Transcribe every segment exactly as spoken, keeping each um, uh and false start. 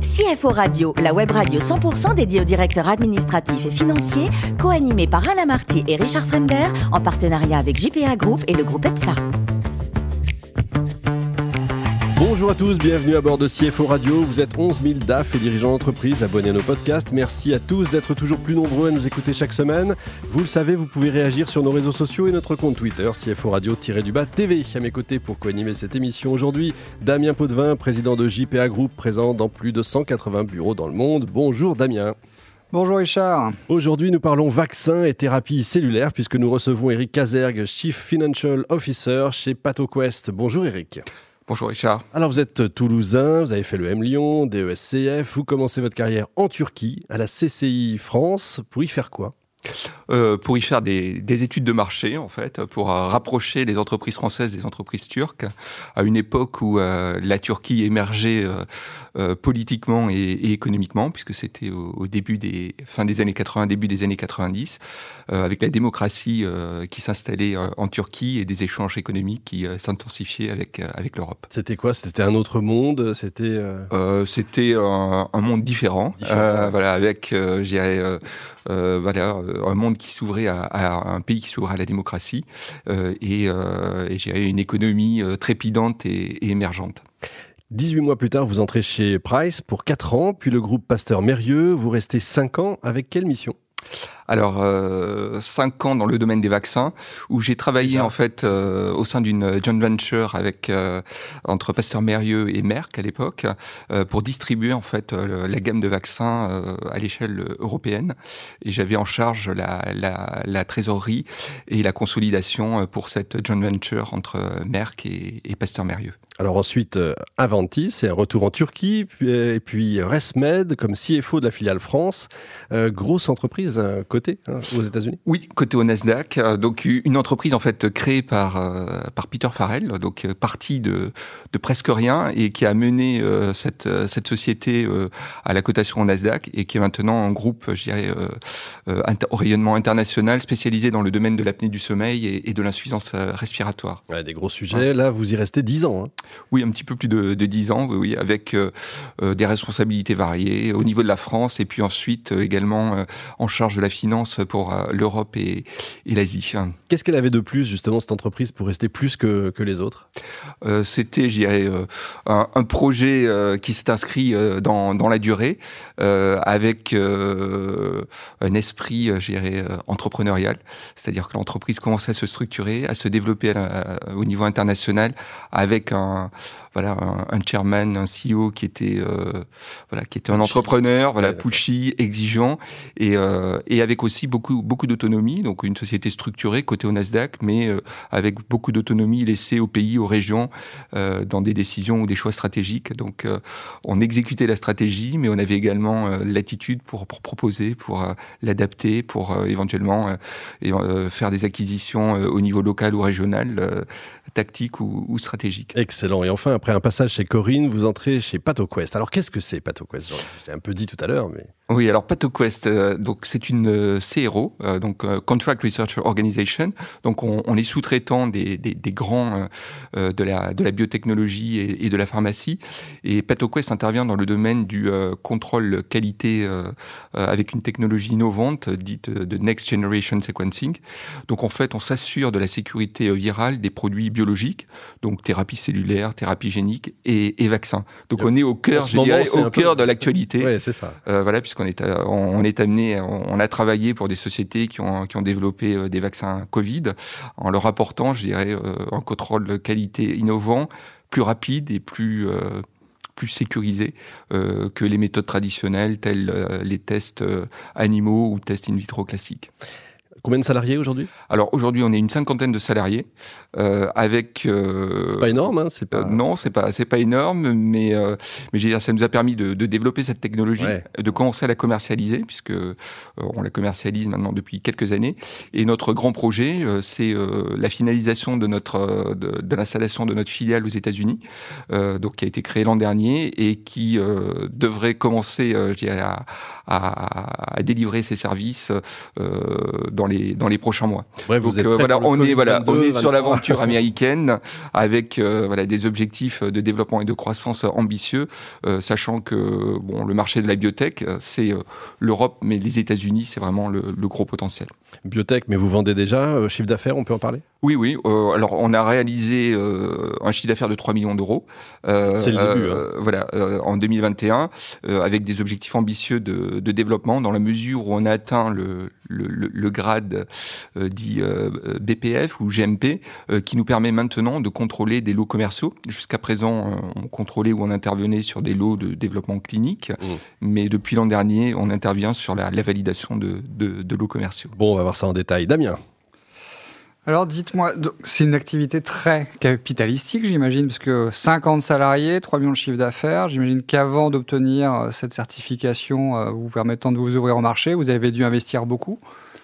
C F O Radio, la web radio cent pour cent dédiée aux directeurs administratifs et financiers, co-animée par Alain Marty et Richard Fremder, en partenariat avec J P A Group et le groupe EPSA. Bonjour à tous, bienvenue à bord de C F O Radio. Vous êtes onze mille D A F et dirigeants d'entreprise abonnés à nos podcasts. Merci à tous d'être toujours plus nombreux à nous écouter chaque semaine. Vous le savez, vous pouvez réagir sur nos réseaux sociaux et notre compte Twitter, C F O Radio-du-bas T V. À mes côtés pour co-animer cette émission aujourd'hui, Damien Potvin, président de J P A Group, présent dans plus de cent quatre-vingts bureaux dans le monde. Bonjour Damien. Bonjour Richard. Aujourd'hui, nous parlons vaccins et thérapie cellulaire puisque nous recevons Eric Kazergue, Chief Financial Officer chez PathoQuest. Bonjour Eric. Bonjour Richard. Alors vous êtes toulousain, vous avez fait le M Lyon, D E S C F, vous commencez votre carrière en Turquie, à la C C I France, pour y faire quoi ? Euh, pour y faire des, des études de marché, en fait, pour euh, rapprocher les entreprises françaises des entreprises turques, à une époque où euh, la Turquie émergeait euh, euh, politiquement et, et économiquement, puisque c'était au, au début des fin des années quatre-vingts, début des années quatre-vingt-dix, euh, avec la démocratie euh, qui s'installait euh, en Turquie et des échanges économiques qui euh, s'intensifiaient avec euh, avec l'Europe. C'était quoi ? C'était un autre monde ? C'était euh... Euh, c'était un, un monde différent, différent. Euh, voilà, avec, euh, je dirais, euh, euh, voilà. un monde qui s'ouvrait à, à un pays qui s'ouvrait à la démocratie euh, et, euh, et j'ai une économie euh, trépidante et, et émergente. dix-huit mois plus tard, vous entrez chez Price pour quatre ans, puis le groupe Pasteur-Mérieux, vous restez cinq ans. Avec quelle mission ? Alors, euh, cinq ans dans le domaine des vaccins, où j'ai travaillé en fait euh, au sein d'une joint venture avec euh, entre Pasteur-Mérieux et Merck à l'époque, euh, pour distribuer en fait euh, la gamme de vaccins euh, à l'échelle européenne. Et j'avais en charge la, la, la trésorerie et la consolidation pour cette joint venture entre Merck et, et Pasteur-Mérieux. Alors ensuite, euh, Aventis, c'est un retour en Turquie, puis, et puis Resmed comme C F O de la filiale France, euh, grosse entreprise hein, cotée hein, aux États-Unis. Oui, cotée au Nasdaq, euh, donc une entreprise en fait créée par euh, par Peter Farrell, donc euh, partie de de presque rien et qui a mené euh, cette cette société euh, à la cotation au Nasdaq et qui est maintenant un groupe, je dirais, euh, euh, inter- au rayonnement international spécialisé dans le domaine de l'apnée du sommeil et, et de l'insuffisance euh, respiratoire. Ouais, des gros sujets. Ouais. Là, vous y restez dix ans. Hein. Oui, un petit peu plus de, de dix ans, oui, oui avec euh, euh, des responsabilités variées au niveau de la France et puis ensuite euh, également euh, en charge de la finance pour euh, l'Europe et, et l'Asie. Qu'est-ce qu'elle avait de plus, justement, cette entreprise, pour rester plus que, que les autres ? euh, C'était, je dirais, euh, un, un projet euh, qui s'est inscrit euh, dans, dans la durée, euh, avec euh, un esprit, euh, je dirais, euh, entrepreneurial. C'est-à-dire que l'entreprise commençait à se structurer, à se développer à, à, au niveau international, avec un voilà un, un chairman, un C E O qui était euh, voilà qui était un entrepreneur, voilà ouais, pushy, exigeant et euh, et avec aussi beaucoup beaucoup d'autonomie, donc une société structurée cotée au Nasdaq, mais euh, avec beaucoup d'autonomie laissée au pays, aux régions, euh, dans des décisions ou des choix stratégiques. Donc euh, on exécutait la stratégie, mais on avait également euh, l'attitude pour pour proposer, pour euh, l'adapter, pour euh, éventuellement euh, et, euh, faire des acquisitions euh, au niveau local ou régional, euh, tactique ou, ou stratégique. Excellent. Et enfin, après un passage chez Corinne, vous entrez chez PathoQuest. Alors, qu'est-ce que c'est PathoQuest ? Je l'ai un peu dit tout à l'heure, mais... Oui, alors PathoQuest, euh, donc c'est une euh, C R O, euh, donc euh, Contract Research Organization. Donc on, on est sous-traitant des, des, des grands euh, de la de la biotechnologie et, et de la pharmacie. Et PathoQuest intervient dans le domaine du euh, contrôle qualité euh, euh, avec une technologie innovante dite de Next Generation Sequencing. Donc en fait, on s'assure de la sécurité virale des produits biologiques, donc thérapie cellulaire, thérapie génique et, et vaccins. Donc on est au cœur, je dirais, au cœur de l'actualité. Oui, c'est ça. Euh, voilà, puisqu'on est, on est amené, on a travaillé pour des sociétés qui ont, qui ont développé des vaccins Covid, en leur apportant, je dirais, un contrôle de qualité innovant, plus rapide et plus euh, plus sécurisé euh, que les méthodes traditionnelles, telles euh, les tests euh, animaux ou tests in vitro classiques. Combien de salariés aujourd'hui ? Alors aujourd'hui, on est une cinquantaine de salariés euh, avec. Euh, c'est pas énorme, hein, c'est pas. Euh, non, c'est pas, c'est pas énorme, mais euh, mais j'ai dire, ça nous a permis de, de développer cette technologie, ouais. de commencer à la commercialiser, puisque euh, on la commercialise maintenant depuis quelques années. Et notre grand projet, euh, c'est euh, la finalisation de notre de, de l'installation de notre filiale aux États-Unis, euh, donc qui a été créée l'an dernier et qui euh, devrait commencer, euh, je dirais, à, à, à délivrer ses services euh, dans les les dans les prochains mois. Bref, donc vous êtes euh, voilà, on est voilà, vingt-deux, on est sur vingt-trois. l'aventure américaine avec euh, voilà des objectifs de développement et de croissance ambitieux, euh, sachant que bon le marché de la biotech c'est euh, l'Europe, mais les États-Unis c'est vraiment le, le gros potentiel. Biotech, mais vous vendez déjà, euh, chiffre d'affaires, on peut en parler ? Oui, oui. Euh, alors, on a réalisé euh, un chiffre d'affaires de trois millions d'euros. Euh, C'est le début. euh, hein. Voilà, euh, en deux mille vingt et un, euh, avec des objectifs ambitieux de, de développement, dans la mesure où on a atteint le, le, le, le grade euh, dit euh, B P F ou G M P, euh, qui nous permet maintenant de contrôler des lots commerciaux. Jusqu'à présent, euh, on contrôlait ou on intervenait sur des lots de développement clinique, mmh. mais depuis l'an dernier, on intervient sur la, la validation de, de, de lots commerciaux. Bon, on va voir ça en détail. Damien ? Alors dites-moi, c'est une activité très capitalistique, j'imagine, parce que cinquante salariés, trois millions de chiffre d'affaires, j'imagine qu'avant d'obtenir cette certification vous permettant de vous ouvrir au marché, vous avez dû investir beaucoup.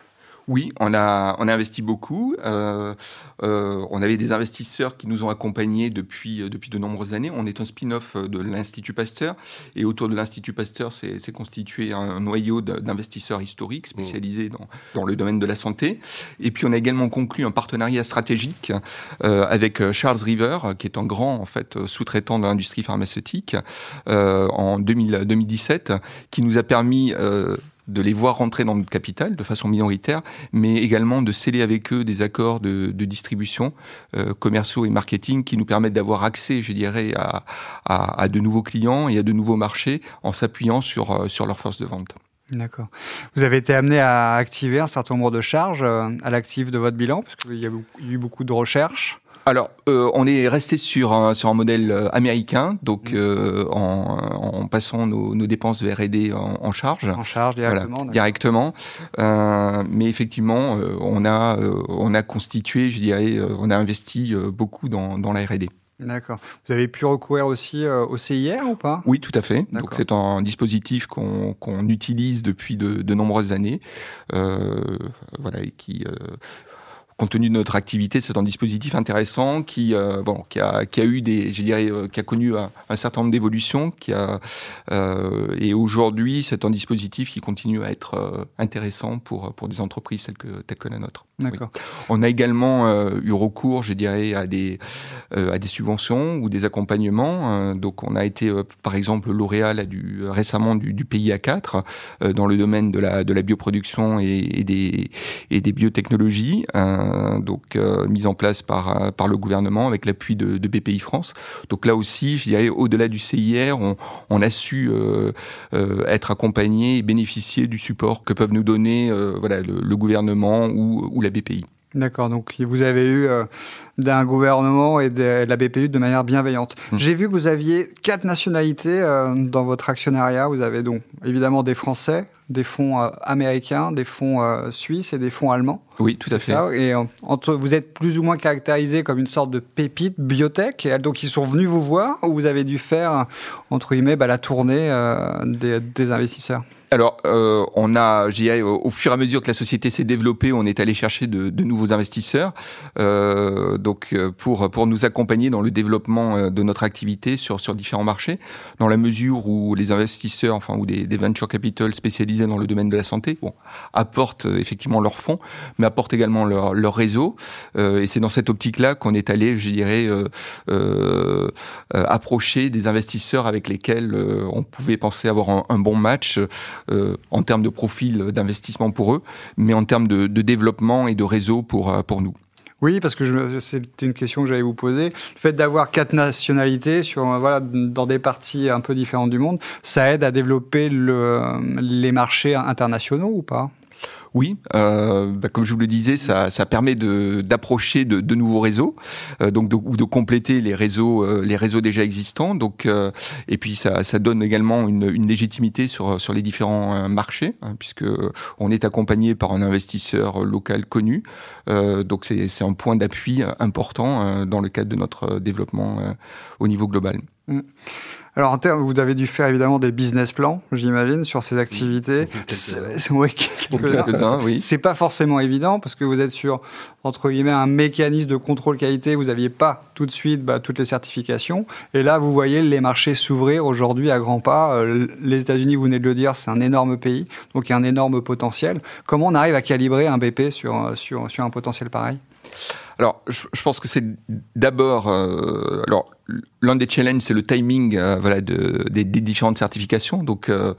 Oui, on a on a investi beaucoup. Euh, euh, on avait des investisseurs qui nous ont accompagnés depuis depuis de nombreuses années. On est un spin-off de l'Institut Pasteur et autour de l'Institut Pasteur, c'est, c'est constitué un noyau d'investisseurs historiques spécialisés dans dans le domaine de la santé. Et puis on a également conclu un partenariat stratégique euh, avec Charles River, qui est un grand en fait sous-traitant de l'industrie pharmaceutique euh, en deux mille dix-sept, qui nous a permis euh, de les voir rentrer dans notre capital de façon minoritaire, mais également de sceller avec eux des accords de, de distribution euh, commerciaux et marketing qui nous permettent d'avoir accès, je dirais, à, à, à de nouveaux clients et à de nouveaux marchés en s'appuyant sur, sur leur force de vente. D'accord. Vous avez été amené à activer un certain nombre de charges à l'actif de votre bilan, parce qu'il y a eu beaucoup de recherches. Alors, euh, on est resté sur un, sur un modèle euh, américain, donc euh, en, en passant nos, nos dépenses de R et D en, en charge. En charge directement. Voilà, directement. Euh, mais effectivement, euh, on a euh, on a constitué, je dirais, euh, on a investi euh, beaucoup dans, dans la R et D. D'accord. Vous avez pu recourir aussi euh, au C I R ou pas ? Oui, tout à fait. D'accord. Donc c'est un dispositif qu'on, qu'on utilise depuis de, de nombreuses années, euh, voilà, et qui euh, compte tenu de notre activité, c'est un dispositif intéressant qui, euh, bon, qui a, qui a eu des, je dirais, euh, qui a connu un, un certain nombre d'évolutions, qui a, euh, et aujourd'hui, c'est un dispositif qui continue à être euh, intéressant pour pour des entreprises telles que telles que la nôtre. D'accord. Oui. On a également euh, eu recours, je dirais, à des euh, à des subventions ou des accompagnements. Euh, donc, on a été, euh, par exemple, lauréat là, du récemment du, du P I A quatre euh, dans le domaine de la de la bioproduction et, et des et des biotechnologies. Euh, donc euh, mise en place par par le gouvernement avec l'appui de, de B P I France. Donc là aussi, je dirais, au-delà du C I R, on, on a su euh, euh, être accompagné et bénéficier du support que peuvent nous donner euh, voilà le, le gouvernement ou, ou la B P I. D'accord, donc vous avez eu euh, d'un gouvernement et de la B P I de manière bienveillante. Mmh. J'ai vu que vous aviez quatre nationalités euh, dans votre actionnariat. Vous avez donc évidemment des Français, des fonds euh, américains, des fonds euh, suisses et des fonds allemands. Oui, tout à fait. Ça, et euh, entre, vous êtes plus ou moins caractérisé comme une sorte de pépite biotech. Et donc ils sont venus vous voir ou vous avez dû faire, entre guillemets, bah, la tournée euh, des, des investisseurs ? Alors, euh, on a, je dirais, au, au fur et à mesure que la société s'est développée, on est allé chercher de, de nouveaux investisseurs, euh, donc pour pour nous accompagner dans le développement de notre activité sur sur différents marchés, dans la mesure où les investisseurs, enfin ou des, des venture capital spécialisés dans le domaine de la santé, bon, apportent effectivement leurs fonds, mais apportent également leur leur réseau, euh, et c'est dans cette optique-là qu'on est allé, je dirais, euh, euh, approcher des investisseurs avec lesquels euh, on pouvait penser avoir un, un bon match. Euh, en termes de profil d'investissement pour eux, mais en termes de, de développement et de réseau pour, pour nous. Oui, parce que je, c'était une question que j'allais vous poser. Le fait d'avoir quatre nationalités sur, voilà, dans des parties un peu différentes du monde, ça aide à développer le, les marchés internationaux ou pas ? Oui, euh, bah, comme je vous le disais, ça, ça permet de, d'approcher de, de nouveaux réseaux, euh, donc de, ou de compléter les réseaux, euh, les réseaux déjà existants. Donc, euh, et puis ça, ça donne également une, une légitimité sur sur les différents euh, marchés, hein, puisque on est accompagné par un investisseur local connu. Euh, donc c'est c'est un point d'appui important euh, dans le cadre de notre développement euh, au niveau global. Mmh. Alors, en termes, vous avez dû faire évidemment des business plans, j'imagine, sur ces activités. Quelques-uns. Oui, quelques-uns. Quelques-uns, oui. C'est pas forcément évident parce que vous êtes sur, entre guillemets, un mécanisme de contrôle qualité. Vous n'aviez pas tout de suite bah, toutes les certifications. Et là, vous voyez les marchés s'ouvrir aujourd'hui à grands pas. Les États-Unis, vous venez de le dire, c'est un énorme pays, donc il y a un énorme potentiel. Comment on arrive à calibrer un B P sur, sur, sur un potentiel pareil ? Alors, je, je pense que c'est d'abord, euh, alors l'un des challenges, c'est le timing, euh, voilà, de, des, des différentes certifications. Donc, euh,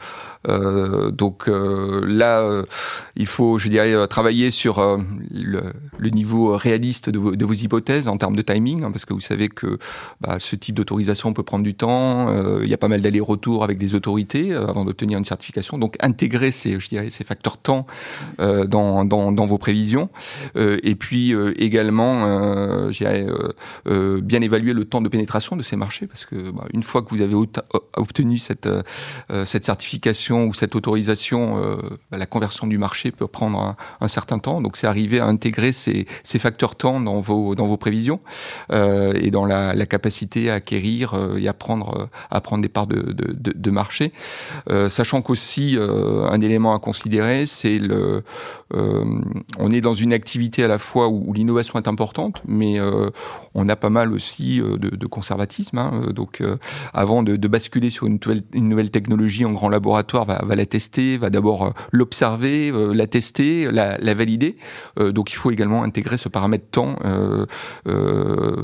euh, donc euh, là, euh, il faut, je dirais, travailler sur euh, le, le niveau réaliste de vos, de vos hypothèses en termes de timing, hein, parce que vous savez que bah, ce type d'autorisation peut prendre du temps. Euh, il y a pas mal d'allers-retours avec des autorités euh, avant d'obtenir une certification. Donc, intégrer ces, je dirais, ces facteurs temps euh, dans, dans, dans vos prévisions, euh, et puis euh, également, euh, je dirais, euh, euh, bien évaluer le temps de pénétration de ces marchés, parce que bah, une fois que vous avez obtenu cette euh, cette certification ou cette autorisation, euh, bah, la conversion du marché peut prendre un, un certain temps. Donc c'est arriver à intégrer ces ces facteurs temps dans vos dans vos prévisions euh, et dans la, la capacité à acquérir euh, et à prendre à prendre des parts de de, de, de marché, euh, sachant qu'aussi euh, un élément à considérer, c'est le euh, on est dans une activité à la fois où, où l'innovation est importante, mais euh, on a pas mal aussi euh, de, de conservatisme. Hein, donc, euh, avant de, de basculer sur une nouvelle, une nouvelle technologie en grand laboratoire, va, va la tester, va d'abord euh, l'observer, euh, la tester, la, la valider. Euh, donc, il faut également intégrer ce paramètre temps euh, euh,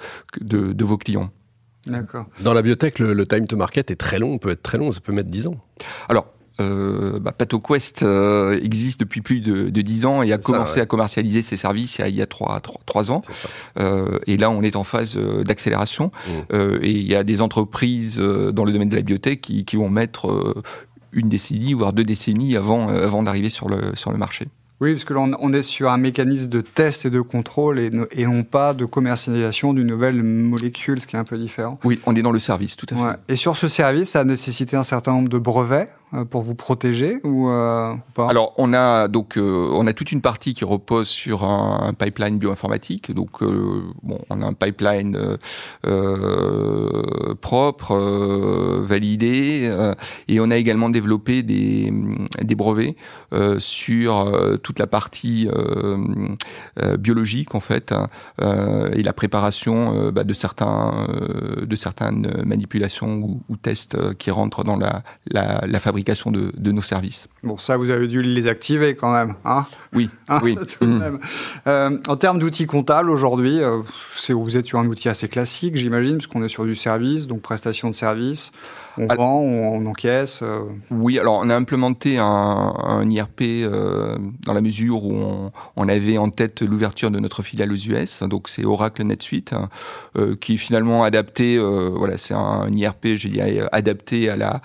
de, de vos clients. D'accord. Dans la biotech, le, le time to market est très long, peut être très long, ça peut mettre dix ans. Alors, Euh, bah, PathoQuest euh, existe depuis plus de, de dix ans et a C'est commencé ça, ouais. à commercialiser ses services il y a, il y a trois, trois, trois ans. C'est ça. Euh, et là, on est en phase euh, d'accélération. Mmh. Euh, et il y a des entreprises euh, dans le domaine de la biotech qui, qui vont mettre euh, une décennie, voire deux décennies avant, euh, avant d'arriver sur le, sur le marché. Oui, parce que là, on est sur un mécanisme de test et de contrôle et, no- et non pas de commercialisation d'une nouvelle molécule, ce qui est un peu différent. Oui, on est dans le service, tout à fait. Ouais. Et sur ce service, ça a nécessité un certain nombre de brevets euh, pour vous protéger ou, euh, ou pas ? Alors, on a donc euh, on a toute une partie qui repose sur un, un pipeline bioinformatique. Donc, euh, bon, on a un pipeline euh, euh, propre, euh, validé, euh, et on a également développé des des brevets euh, sur euh, toute la partie euh, euh, biologique en fait, hein, euh, et la préparation euh, bah, de certains euh, de certaines manipulations ou, ou tests euh, qui rentrent dans la la, la fabrication de, de nos services. Bon, ça, vous avez dû les activer quand même, hein ? Oui, Hein, oui. tout de Mmh. même. Euh, en termes d'outils comptables, aujourd'hui, euh, c'est, vous êtes sur un outil assez classique, j'imagine, parce qu'on est sur du service, donc prestation de service. On Ah. vend, on, on encaisse. Euh... Oui, alors on a implémenté un, un I R P euh, dans la mesure où on, on avait en tête l'ouverture de notre filiale aux U S, donc c'est Oracle NetSuite, hein, euh, qui est finalement adapté, euh, voilà, c'est un I R P, je dirais, adapté à la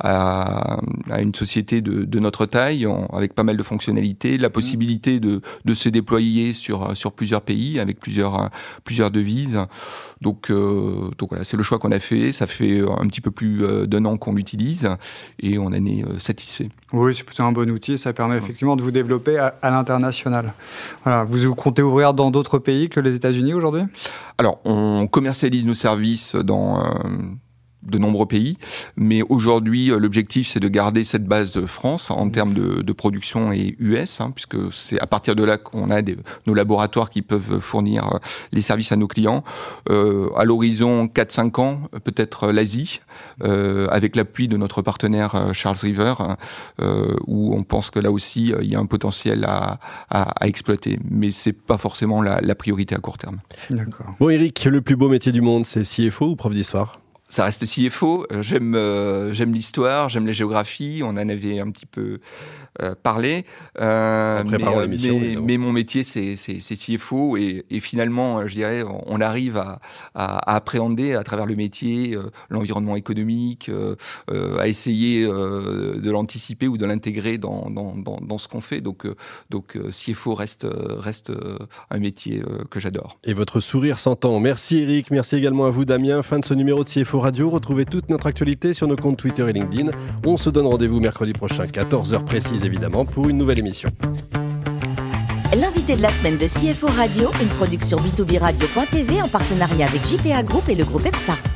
à, à une société de, de notre taille, en, avec pas mal de fonctionnalités, la possibilité de, de se déployer sur sur plusieurs pays avec plusieurs plusieurs devises. Donc euh, donc voilà, c'est le choix qu'on a fait. Ça fait un petit peu plus euh, d'un an qu'on l'utilise et on en est euh, satisfait. Oui, c'est un bon outil, ça permet effectivement de vous développer à, à l'international. Voilà, vous comptez ouvrir dans d'autres pays que les États-Unis aujourd'hui ? Alors, on commercialise nos services dans euh, de nombreux pays, mais aujourd'hui, l'objectif, c'est de garder cette base France en termes de, de production et U S, hein, puisque c'est à partir de là qu'on a des, nos laboratoires qui peuvent fournir les services à nos clients. Euh, à l'horizon quatre cinq ans, peut-être l'Asie, euh, avec l'appui de notre partenaire Charles River, euh, où on pense que là aussi, il y a un potentiel à, à, à exploiter. Mais c'est pas forcément la, la priorité à court terme. D'accord. Bon Eric, le plus beau métier du monde, c'est C F O ou prof d'histoire ? Ça reste C F O. J'aime, euh, j'aime l'histoire, j'aime la géographie. On en avait un petit peu euh, parlé. Euh, En préparant mais, l'émission, mais, évidemment. mais mon métier, c'est, c'est, c'est C F O. Et, et finalement, je dirais, on arrive à, à, à appréhender à travers le métier euh, l'environnement économique, euh, euh, à essayer euh, de l'anticiper ou de l'intégrer dans, dans, dans, dans ce qu'on fait. Donc, euh, donc C F O reste, reste un métier euh, que j'adore. Et votre sourire s'entend. Merci Eric, merci également à vous Damien. Fin de ce numéro de C F O Radio. Retrouvez toute notre actualité sur nos comptes Twitter et LinkedIn. On se donne rendez-vous mercredi prochain, quatorze heures précises évidemment, pour une nouvelle émission. L'invité de la semaine de C F O Radio, une production B deux B radio point T V en partenariat avec J P A Group et le groupe EPSA.